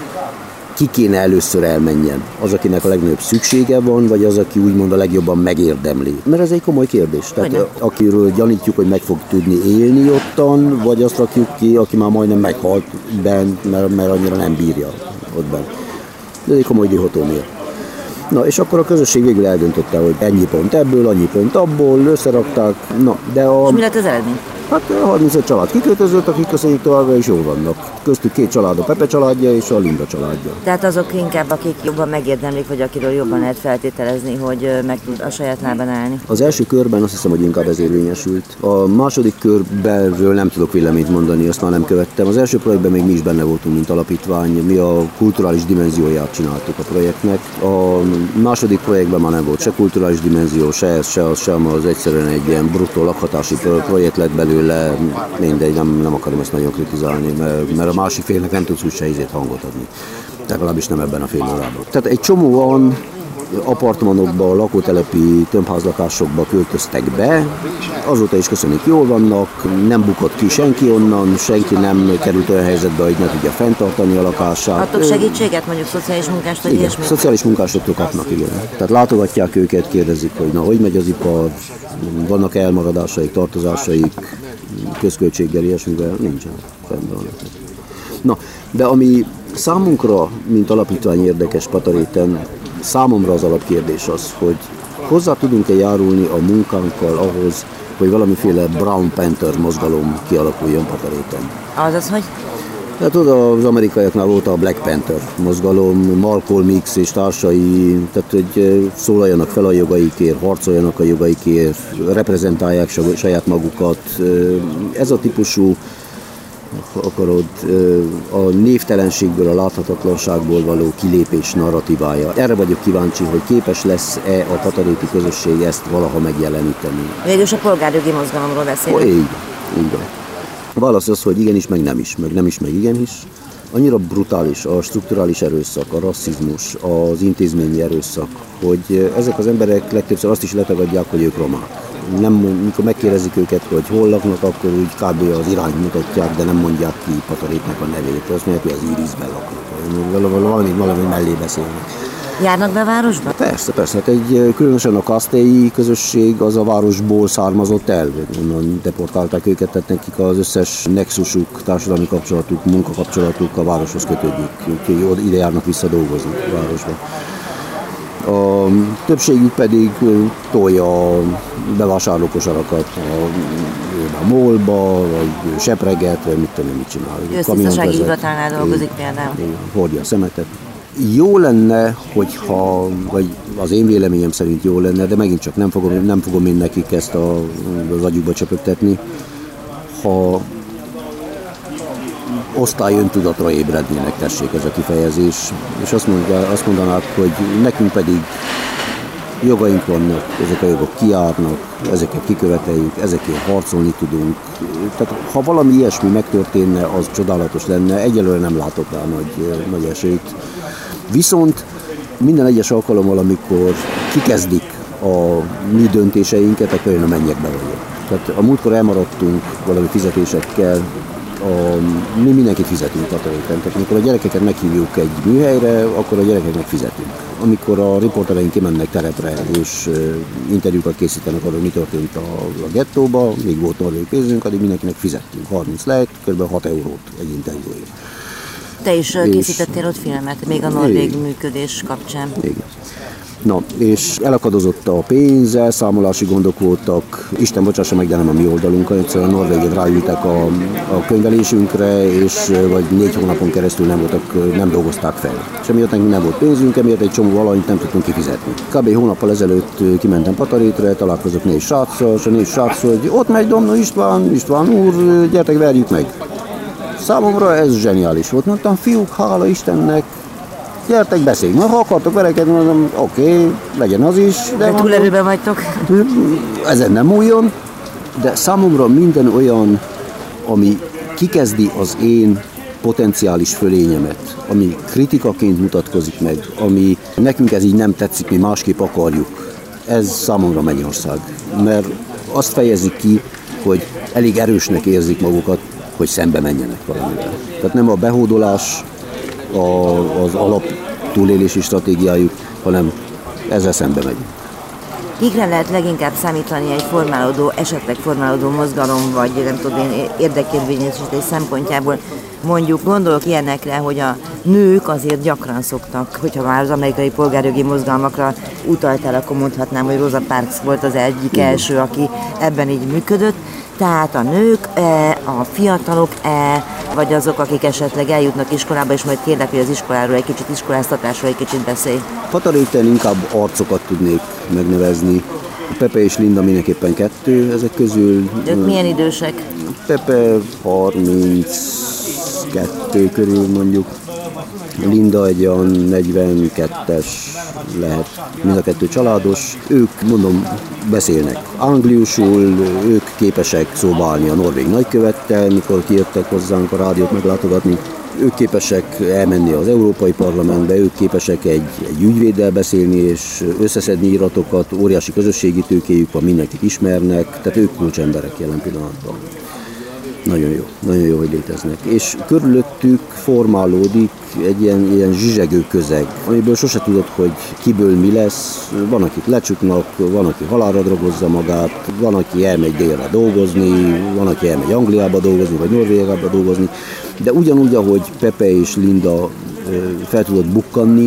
ki kéne először elmenjen? Az, akinek a legnagyobb szüksége van, vagy az, aki úgymond a legjobban megérdemli? Mert ez egy komoly kérdés. Tehát akiről gyanítjuk, hogy meg fog tudni élni ottan, vagy azt rakjuk ki, aki már majdnem meghalt bent, mert, mert annyira nem bírja ott bent. Ez egy komoly dihotómia. Na, és akkor a közösség végül eldöntötte, hogy ennyi pont ebből, annyi pont abból, összerakták. Na, de a... És mi lett az eredmény? Hát harmincöt család kiköltözött, akik köszönjük továbbra is jól vannak. Köztük két család, a Pepe családja és a Linda családja. Tehát azok inkább, akik jobban megérdemlik, vagy akiről jobban lehet feltételezni, hogy meg tud a saját lábán állni. Az első körben azt hiszem, hogy inkább ez érvényesült. A második körbenről nem tudok véleményt mondani, azt már nem követtem. Az első projektben még mi is benne voltunk, mint alapítvány. Mi a kulturális dimenzióját csináltuk a projektnek. A második projektben már nem volt se kulturális dimenzió, se ez, se az, sem az, egyszerűen egy ilyen bruttó lakhatási projekt lett belőle. Mindegy, nem, nem akarom ezt nagyon kritizálni, mert, mert a másik félnek nem tudsz úgy se ízét hangot adni. Legalábbis nem ebben a fél órában. Tehát egy csomóan apartmanokba, lakótelepi tömbházlakásokba költöztek be, azóta is köszönik, jól vannak, nem bukott ki senki onnan, senki nem került olyan helyzetbe, hogy ne tudja fenntartani a lakását. Adtok segítséget, mondjuk szociális munkást, vagy ilyesmi? Szociális munkásoktól kapnak, igen. Tehát látogatják őket, kérdezik, hogy na, hogy megy az ipar, vannak elmaradásaik, tartozásaik, közköltséggel, ilyesmivel, nincsen. Rendben. Na, de ami számunkra, mint alapítvány érdekes Pataréten, számomra az alapkérdés az, hogy hozzá tudunk-e járulni a munkánkkal ahhoz, hogy valamiféle Brown Panther mozgalom kialakuljon Pataréten. Azaz, hogy? Hát oda az amerikaiaknál volt a Black Panther mozgalom, Malcolm X és társai, tehát hogy szólaljanak fel a jogaikért, harcoljanak a jogaikért, reprezentálják saját magukat. Ez a típusú, akarod, a névtelenségből, a láthatatlanságból való kilépés narratívája. Erre vagyok kíváncsi, hogy képes lesz-e a pataréti közösség ezt valaha megjeleníteni. Végülis a polgárjogi mozgalomról beszélünk. Így, így van. A válasz az, hogy igenis, meg nem is, meg nem is, meg igenis. Annyira brutális a strukturális erőszak, a rasszizmus, az intézményi erőszak, hogy ezek az emberek legtöbbször azt is letagadják, hogy ők romák. Nem, mikor megkérdezik őket, hogy hol laknak, akkor úgy kb. Az irányt mutatják, de nem mondják ki Patarétnek a nevét. Azt mondják, hogy az Irisben laknak. Valami, valami mellé beszélnek. Járnak be a városba? Persze, persze. Hát egy, különösen a kasztélyi közösség az a városból származott el. Onnan deportálták őket, tehát nekik az összes nexusuk, társadalmi kapcsolatuk, munkakapcsolatuk a városhoz kötődik. Úgyhogy ide járnak vissza dolgozni a városba. A többségük pedig tolja a bevásárlókosarakat a, a mólba, vagy sepreget, vagy mit tudom, mit csinál. Köztisztasági hivatalnál dolgozik például. Hordja a szemetet. Jó lenne, hogyha, vagy az én véleményem szerint jó lenne, de megint csak nem fogom, nem fogom én nekik ezt a, az agyukba csöpögtetni, ha osztály öntudatra ébrednének, tessék ez a kifejezés, és azt, mondja, azt mondanák, hogy nekünk pedig jogaink vannak, ezek a jogok kijárnak, ezeket kiköveteljük, ezekért harcolni tudunk. Tehát ha valami ilyesmi megtörténne, az csodálatos lenne, egyelőre nem látok rá nagy, nagy esélyt. Viszont minden egyes alkalommal, amikor kikezdik a mi döntéseinket, akkor én a mennyekbe vagyok. Tehát a múltkor elmaradtunk valami fizetésekkel, a, mi mindenkit fizetünk Pataréten. Tehát amikor a gyerekeket meghívjuk egy műhelyre, akkor a gyerekeknek fizetünk. Amikor a riportereink kimennek terepre és interjúkat készítenek arról, mi történt a, a gettóba, még volt norvég pénzünk, addig mindenkinek fizettünk. harminc lejt, kb. hat eurót egy interjúért. Te is készítettél ott filmet, még a norvég igen. működés kapcsán. Igen. Na, és elakadozott a pénz, elszámolási gondok voltak, Isten bocsássa meg, de nem a mi oldalunkon, egyszerűen a norvégek ráültek a, a könyvelésünkre, és vagy négy hónapon keresztül nem, voltak, nem dolgozták fel. És emiatt nekünk nem volt pénzünk, emiatt egy csomó valahogy nem tudtunk kifizetni. Kb. Hónappal ezelőtt kimentem Patarétre, találkozok négy sráccal, és a négy srác, hogy ott megy Domnó István, István úr, gyertek, verjük meg. Számomra ez zseniális volt. Mondtam, fiúk, hála Istennek, gyertek, beszéljünk. Ha akartok verekedni, mondom, oké, okay, legyen az is. De, de túlerőben vagytok. Ezen nem múljon, de számomra minden olyan, ami kikezdi az én potenciális fölényemet, ami kritikaként mutatkozik meg, ami nekünk ez így nem tetszik, mi másképp akarjuk. Ez számomra Mennyország. Mert azt fejezi ki, hogy elég erősnek érzik magukat, hogy szembe menjenek valamivel. Tehát nem a behódolás a, az alap túlélési stratégiájuk, hanem ezzel szembe megyünk. Kikre lehet leginkább számítani egy formálódó, esetleg formálódó mozgalom, vagy nem tudom én, érdekérvényesítés szempontjából? Mondjuk gondolok ilyenekre, hogy a nők azért gyakran szoktak, hogyha már az amerikai polgárjogi mozgalmakra utaltál, akkor mondhatnám, hogy Rosa Parks volt az egyik első, aki ebben így működött. Tehát a nők, a fiatalok, vagy azok, akik esetleg eljutnak iskolába, és majd kérlek, hogy az iskoláról egy kicsit, iskoláztatásról egy kicsit beszélj. Pataréten inkább arcokat tudnék megnevezni. Pepe és Linda mindenképpen kettő ezek közül. Ők milyen idősek? Pepe harminckettő körül mondjuk. Linda egy olyan negyvenkettes lehet, mind a kettő családos. Ők, mondom, beszélnek angliusul, ők képesek szóba állni a norvég nagykövettel, mikor kijöttek hozzánk a rádiót meglátogatni. Ők képesek elmenni az Európai Parlamentbe, ők képesek egy, egy ügyvéddel beszélni és összeszedni iratokat, óriási közösségi tőkéjük van, mindenkit ismernek, tehát ők kulcsemberek jelen pillanatban. Nagyon jó, nagyon jó, hogy léteznek. És körülöttük formálódik egy ilyen, ilyen zsizsegő közeg, amiből sose tudod, hogy kiből mi lesz. Van, akit lecsuknak, van, aki halálra drogozza magát, van, aki elmegy délre dolgozni, van, aki elmegy Angliába dolgozni, vagy Norvégiába dolgozni. De ugyanúgy, ahogy Pepe és Linda fel tudott bukkanni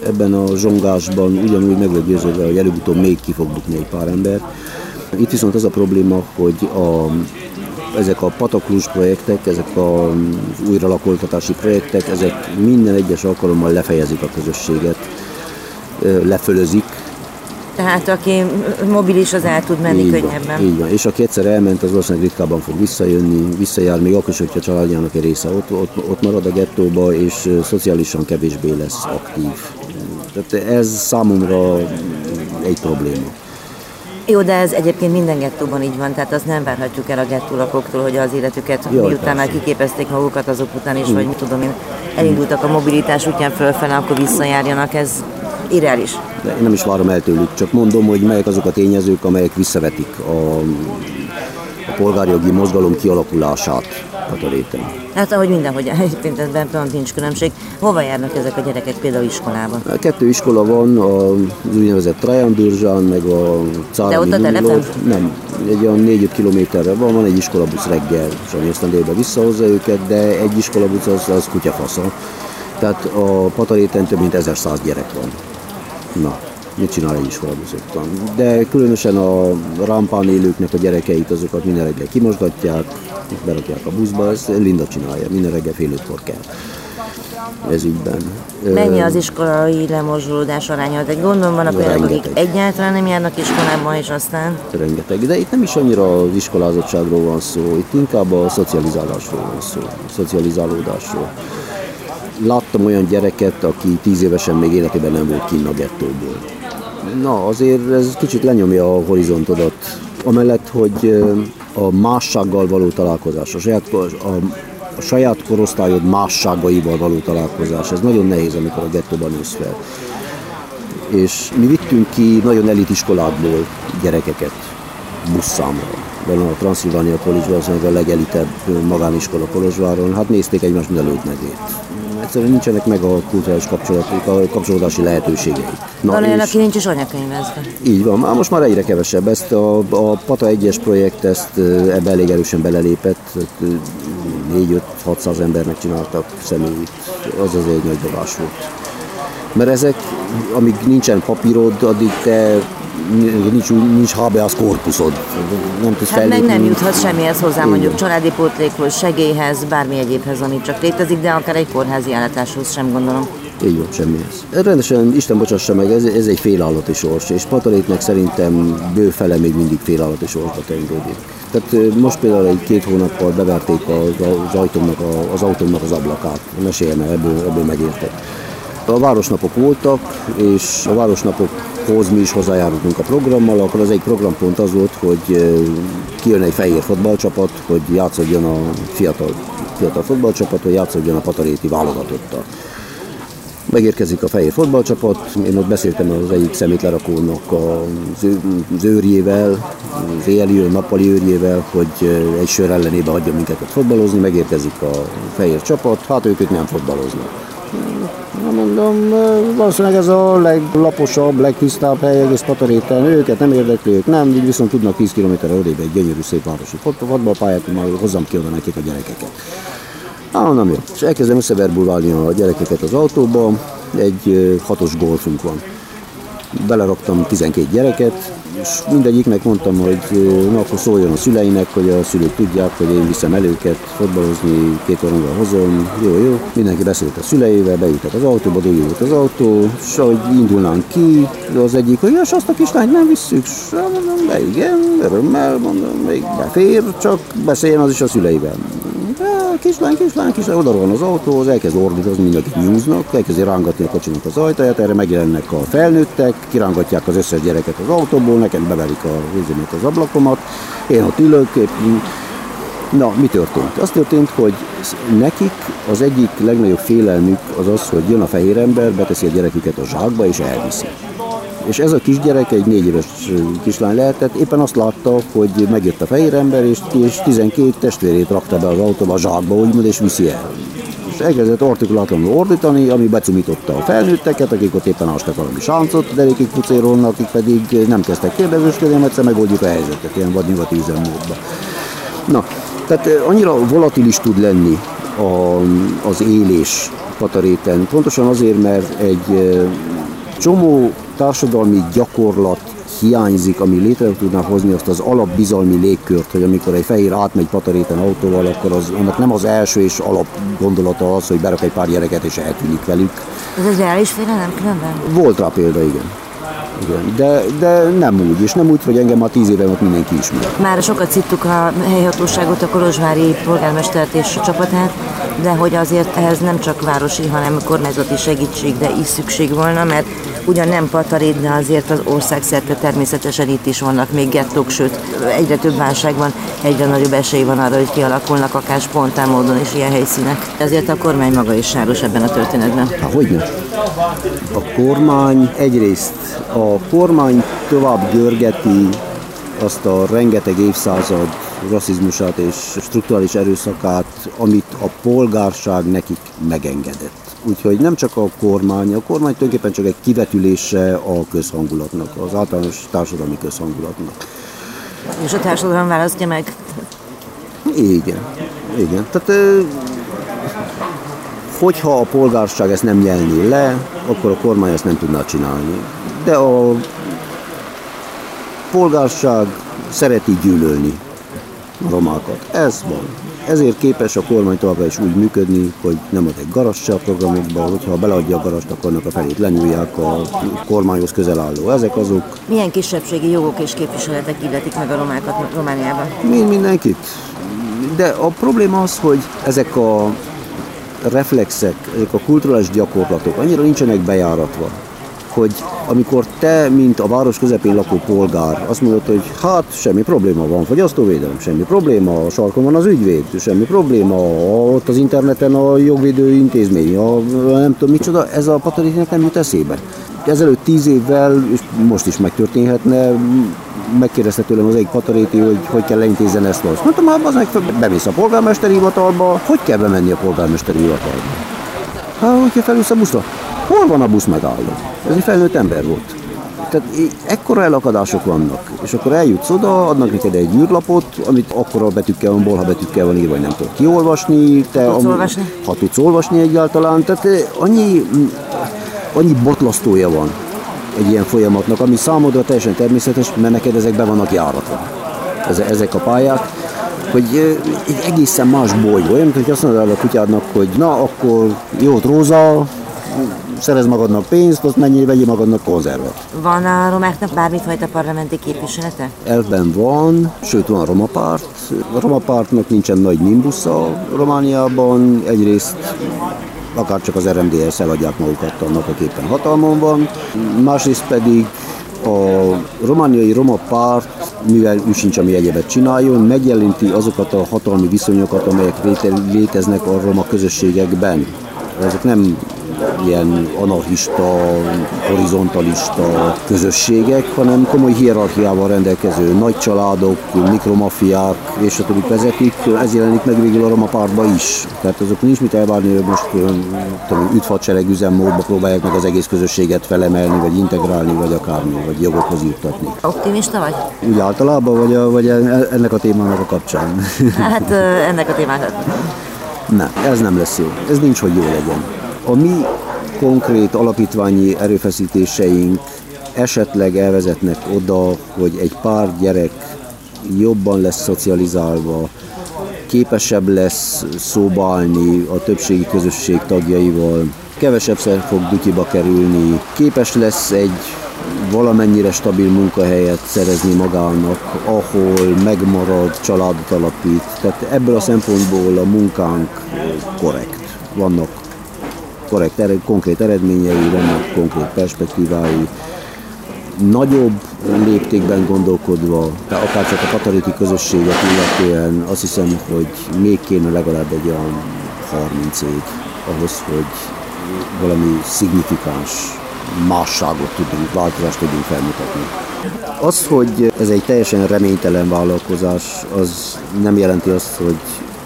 ebben a zsongásban ugyanúgy meg vagy győződve, hogy előbb-utóbb még ki fog bukni egy pár ember. Itt viszont az a probléma, hogy a, ezek a pataklus projektek, ezek a újralakoltatási projektek, ezek minden egyes alkalommal lefejezik a közösséget, lefölözik. Tehát aki mobilis, az el tud menni így könnyebben. Van, így van, és aki egyszer elment, az valószínűleg ritkábban fog visszajönni, visszajár, még akkor is, hogyha a családjának egy része ott, ott, ott marad a gettóba, és szociálisan kevésbé lesz aktív. Tehát ez számomra egy probléma. Jó, de ez egyébként minden gettóban így van, tehát azt nem várhatjuk el a gettó lakóktól, hogy az életüket, Jaj, miután már kiképezték magukat azok után is, mm. vagy mit tudom én, elindultak a mobilitás útján fölfele, akkor visszajárjanak, ez irreális. De én nem is várom el tőlük, csak mondom, hogy melyek azok a tényezők, amelyek visszavetik a, a polgárjogi mozgalom kialakulását Pataréten. Hát ahogy mindenhogy egyébként ebben pont nincs különbség. Hova járnak ezek a gyerekek például iskolába? Kettő iskola van, az úgynevezett Trajan Dürzsán, meg a Cárami De ott a telepen? Nem, egy olyan négy-öt kilométerre van, van egy iskolabusz reggel, és ami aztán délben visszahozza őket, de egy iskolabusz az, az kutyafasza. Tehát a Pataréten több mint ezerszáz gyerek van. Na, mit csinál egy iskolabusz ottan? De különösen a rámpán élőknek a gyerekeit, azokat minden reggel kimosgatják, berakják a buszba, ezt Linda csinálja, minden reggel fél ötkor kell. Ez ügyben. Mennyi az iskolai lemorzsolódás aránya? De gondolom vannak olyanok, akik egyáltalán nem járnak iskolába, és aztán... Rengeteg. De itt nem is annyira az iskolázottságról van szó, itt inkább a szocializálásról van szó, a szocializálódásról. Láttam olyan gyereket, aki tíz évesen még életében nem volt kinn a gettóból. Na, azért ez kicsit lenyomja a horizontodat. Amellett, hogy a mássággal való találkozás, a saját, a, a saját korosztályod másságaival való találkozás, ez nagyon nehéz, amikor a gettóban nősz fel. És mi vittünk ki nagyon elit iskolákból gyerekeket busszámra. Benne a Transylvania College valószínűleg a legelitebb magániskola Kolozsváron, hát nézték egymást, mint a lőtmedvét. Egyszerűen nincsenek meg a kulturális kapcsolatok, a kapcsolódási lehetőségeik. Van olyan, aki nincs is anyakönyvezve. Így van, már most már egyre kevesebb. Ezt a, a Pata egyes projekt ezt ebbe elég erősen belelépett, négy-öt-hatszáz embernek csináltak személyt, az az egy nagy dobás volt. Mert ezek, amíg nincsen papírod, addig te nincs, nincs habeas corpusod, nem tudsz hát fellépni. meg nem juthatsz semmihez hozzá, mondjuk családi pótlékhoz, segélyhez, bármi egyébhez, amit csak létezik, de akár egy kórházi ellátáshoz sem gondolom. Így van, semmihez. Rendesen, Isten bocsássa meg, ez, ez egy félállati sors, és Patarétnek szerintem bőfele még mindig félállati sorsba tengődik. Tehát most például egy két hónappal beverték az, az, autómnak, az autómnak az ablakát, meséljem el, ebből, ebből megértek. A városnapok voltak, és a városnapokhoz mi is hozzájárultunk a programmal, akkor az egyik programpont az volt, hogy kijön egy fehér fotballcsapat, hogy játszódjon a fiatal, fiatal fotballcsapat, hogy játszódjon a pataréti válogatottal. Megérkezik a fehér fotballcsapat, én ott beszéltem az egyik szemétlerakónak az őrjével, az éjjeli, nappali őrjével, hogy egy sör ellenébe hagyja minket ott fotballozni, megérkezik a fehér csapat, hát ők itt nem fotballoznak. Na mondom, valószínűleg ez a leglaposabb, legtisztább hely egész Pataréten, őket nem érdekli, ők nem, így viszont tudnak tíz kilométerre odébb egy gyönyörű szép városi fotballpályát, hogy majd hozzam ki oda nekik a gyerekeket. Á, nem jó. És elkezdem összeverbulálni a gyerekeket az autóba, egy hatos golfunk van. Beleraktam tizenkét gyereket, és mindegyiknek mondtam, hogy na, akkor szóljon a szüleinek, hogy a szülők tudják, hogy én viszem el őket fotballozni, két óra hozom, jó, jó. Mindenki beszélt a szüleivel, beültek az autóba, dújult az autó, és ahogy indulnánk ki, az egyik, hogy és azt a kislányt nem visszük, és mondom, de igen, örömmel, mondom, még befér, csak beszéljen az is a szüleivel. Kislány, kislány, kislány, oda van az autóhoz, elkezd ordítozni, mindenkit nyúznak, elkezdi rángatni a kocsinak az ajtaját, erre megjelennek a felnőttek, kirángatják az összes gyereket az autóból, nekem beverik a, az ablakomat, én ott ülök, épp, na, mi történt? Az történt, hogy nekik az egyik legnagyobb félelmük az az, hogy jön a fehér ember, beteszi a gyereküket a zsákba és elviszi. És ez a kisgyerek, egy négy éves kislány lehetett, éppen azt látta, hogy megjött a fehér ember, és, és tizenkét testvérét rakta be az autóba a zsákba, úgymond, és viszi el. És elkezdett artikulátanul ordítani, ami becumította a felnőtteket, akik ott éppen ástak valami sáncot, derékig pucérolnak, akik pedig nem kezdtek kérdezősködni, hanem egyszer megoldjuk a helyzetet, ilyen vadnyugati üzemmódban. Na, tehát annyira volatilis tud lenni a, az élés Pataréten, pontosan azért, mert egy Csomó társadalmi gyakorlat hiányzik, ami létre tudná hozni azt az alapbizalmi légkört, hogy amikor egy fehér átmegy Pataréten autóval, akkor az, annak nem az első és alap gondolata az, hogy berak egy pár gyereket és eltűnik velük. Ez egy reális félelem különben? Volt rá példa, igen. igen. De, de nem úgy, és nem úgy, hogy engem már tíz éve ott mindenki ismer. Már sokat szittuk a helyhatóságot, a kolozsvári polgármestert és a csapatát, de hogy azért ehhez nem csak városi, hanem kormányzati segítségre is szükség volna, mert ugyan nem Patarét, de azért az országszerte természetesen itt is vannak még gettók, sőt egyre több válság van, egyre nagyobb esély van arra, hogy kialakulnak akár spontán módon is ilyen helyszínek. Ezért a kormány maga is sáros ebben a történetben. Há, hogyne? A kormány egyrészt a kormány tovább görgeti azt a rengeteg évszázad rasszizmusát és strukturális erőszakát, amit a polgárság nekik megengedett. Úgyhogy nem csak a kormány, a kormány tulajdonképpen csak egy kivetülése a közhangulatnak, az általános társadalmi közhangulatnak. És a társadalom választja meg? Igen, igen. Tehát, hogyha a polgárság ezt nem nyelné le, akkor a kormány ezt nem tudná csinálni. De a polgárság szereti gyűlölni a romákat. Ez van. Ezért képes a kormány továbbra is úgy működni, hogy nem ad egy garast se a programokba, hogyha beleadja a garast, akkor annak a felét lenyúlják a kormányhoz közel álló. Ezek azok. Milyen kisebbségi jogok és képviseletek illetik meg a romákat Romániában? Mind mindenkit. De a probléma az, hogy ezek a reflexek, ezek a kulturális gyakorlatok annyira nincsenek bejáratva, hogy amikor te, mint a város közepén lakó polgár, azt mondod, hogy hát semmi probléma van, fogyasztóvédelem, semmi probléma, a sarkon van az ügyvéd, semmi probléma, ott az interneten a jogvédő intézmény, a, nem tudom micsoda, ez a Patarétinek nem jut eszébe. Ezelőtt tíz évvel, és most is megtörténhet, megkérdezte tőlem az egyik pataréti, hogy hogy kell leintézni ezt most. Mondtam, hát az meg bemész a polgármesteri hivatalba, hogy kell bemenni a polgármesteri hivatalba? Hát, hogyha felülsz a buszra, hol van a busz megálló? Ez egy felnőtt ember volt. Tehát ekkora elakadások vannak, és akkor eljutsz oda, adnak neked egy űrlapot, amit akkora betűkkel van, bolha betűkkel van írva, vagy nem tudod kiolvasni. Te tudsz am- olvasni? Ha tudsz olvasni egyáltalán, tehát annyi, annyi botlasztója van egy ilyen folyamatnak, ami számodra teljesen természetes, mert neked ezek be vannak járatva. Ezek a pályák, hogy egy egészen más bolygó, olyan, mint hogy azt mondod el a kutyádnak, hogy na, akkor jót Róza, szerez magadnak pénzt, azt menjél, vegyél magadnak konzervet. Van a romáknak bármifajta parlamenti képviselete? Elvben van, sőt van a Roma Párt. A Roma Pártnak nincsen nagy nimbusza Romániában, egyrészt akár csak az er em dé es eladják magukat annak, aki éppen hatalmon van, másrészt pedig a romániai Roma Párt, mivel ő sincs, ami egyebet csináljon, megjelenti azokat a hatalmi viszonyokat, amelyek léteznek a roma közösségekben. Ezek nem ilyen anarchista, horizontalista közösségek, hanem komoly hierarchiával rendelkező nagy családok, mikromafiák és a többit vezetik. Ez jelenik meg végül a Roma Pártba is. Tehát azok nincs mit elvárni, hogy most üdvadsereg üzemmódba próbálják meg az egész közösséget felemelni, vagy integrálni, vagy akármi, vagy jogokhoz juttatni. Optimista vagy? Úgy általában, vagy, a, vagy ennek a témának a kapcsán? Hát ennek a témának. Nem, ez nem lesz jó. Ez nincs, hogy jó legyen. A mi konkrét alapítványi erőfeszítéseink esetleg elvezetnek oda, hogy egy pár gyerek jobban lesz szocializálva, képesebb lesz szóba állni a többségi közösség tagjaival, kevesebbszer fog dutyiba kerülni, képes lesz egy valamennyire stabil munkahelyet szerezni magának, ahol megmarad, családot alapít. Tehát ebből a szempontból a munkánk korrekt. Vannak korrekt, ered, konkrét eredményei, vannak konkrét perspektívái. Nagyobb léptékben gondolkodva, akár csak a pataréti közösséget illetően azt hiszem, hogy még kéne legalább egy olyan harminc év ahhoz, hogy valami szignifikáns másságot tudunk, változást tudunk felmutatni. Az, hogy ez egy teljesen reménytelen vállalkozás, az nem jelenti azt, hogy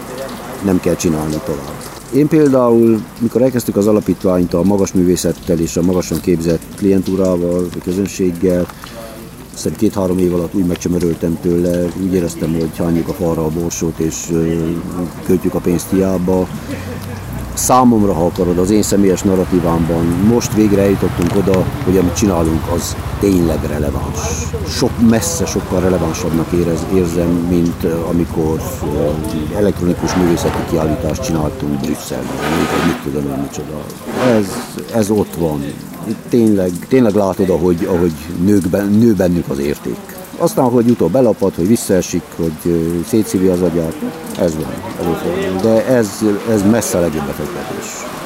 nem kell csinálni tovább. Én például, mikor elkezdtük az alapítványt a magas művészettel és a magasan képzett klientúrával, a közönséggel, aztán két-három év alatt úgy megcsömöröltem tőle, úgy éreztem, hogy hányjuk a falra a borsót és költjük a pénzt hiába. Számomra, ha akarod, az én személyes narratívámban most végre eljutottunk oda, hogy amit csinálunk, az tényleg releváns. Sok messze sokkal relevánsabbnak érez, érzem, mint amikor elektronikus művészeti kiállítást csináltunk Brüsszelben. Mit tudom én, micsoda. Ez, ez ott van. Tényleg, tényleg látod, ahogy, ahogy nőkben, nő bennük az érték. Aztán, hogy utóbb belapad, hogy visszaesik, hogy szétszívi az agyát, ez van. Ez de ez, ez messze a legjobb befektetés.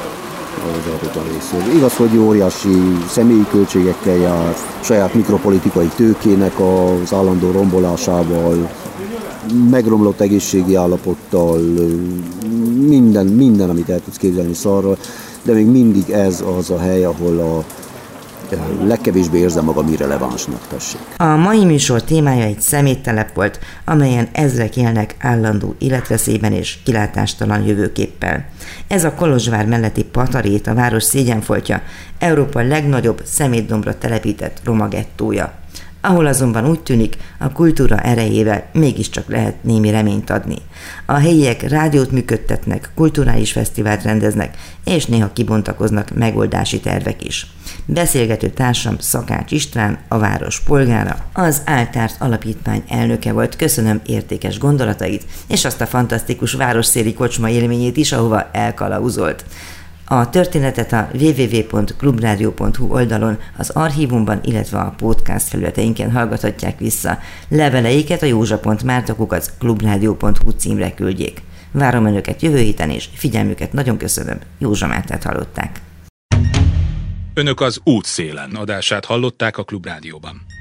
Igaz, hogy óriási személyi költségekkel jár, saját mikropolitikai tőkének az állandó rombolásával, megromlott egészségi állapottal, minden, minden, amit el tudsz képzelni szarra, de még mindig ez az a hely, ahol a legkevésbé érzem magam irrelevánsnak, tessék. A mai műsor témája egy szeméttelep volt, amelyen ezrek élnek állandó életveszélyben és kilátástalan jövőképpel. Ez a Kolozsvár melletti Patarét, a város szégyenfoltja, Európa legnagyobb szemétdombra telepített roma gettója, ahol azonban úgy tűnik, a kultúra erejével mégiscsak lehet némi reményt adni. A helyiek rádiót működtetnek, kulturális fesztivált rendeznek, és néha kibontakoznak megoldási tervek is. Beszélgető társam Szakács István, a város polgára, az Áltárt Alapítvány elnöke volt. Köszönöm értékes gondolatait, és azt a fantasztikus városszéli kocsma élményét is, ahova elkalauzolt. A történetet a double-u double-u double-u pont klubrádió pont hu oldalon, az archívumban, illetve a podcast felületeinken hallgathatják vissza. Leveleiket a józsa pont márta kukac klubrádió pont hu címre küldjék. Várom önöket jövő héten, és figyelmüket nagyon köszönöm. Józsa Mártát hallották. Önök az Útszélen adását hallották a Klubrádióban.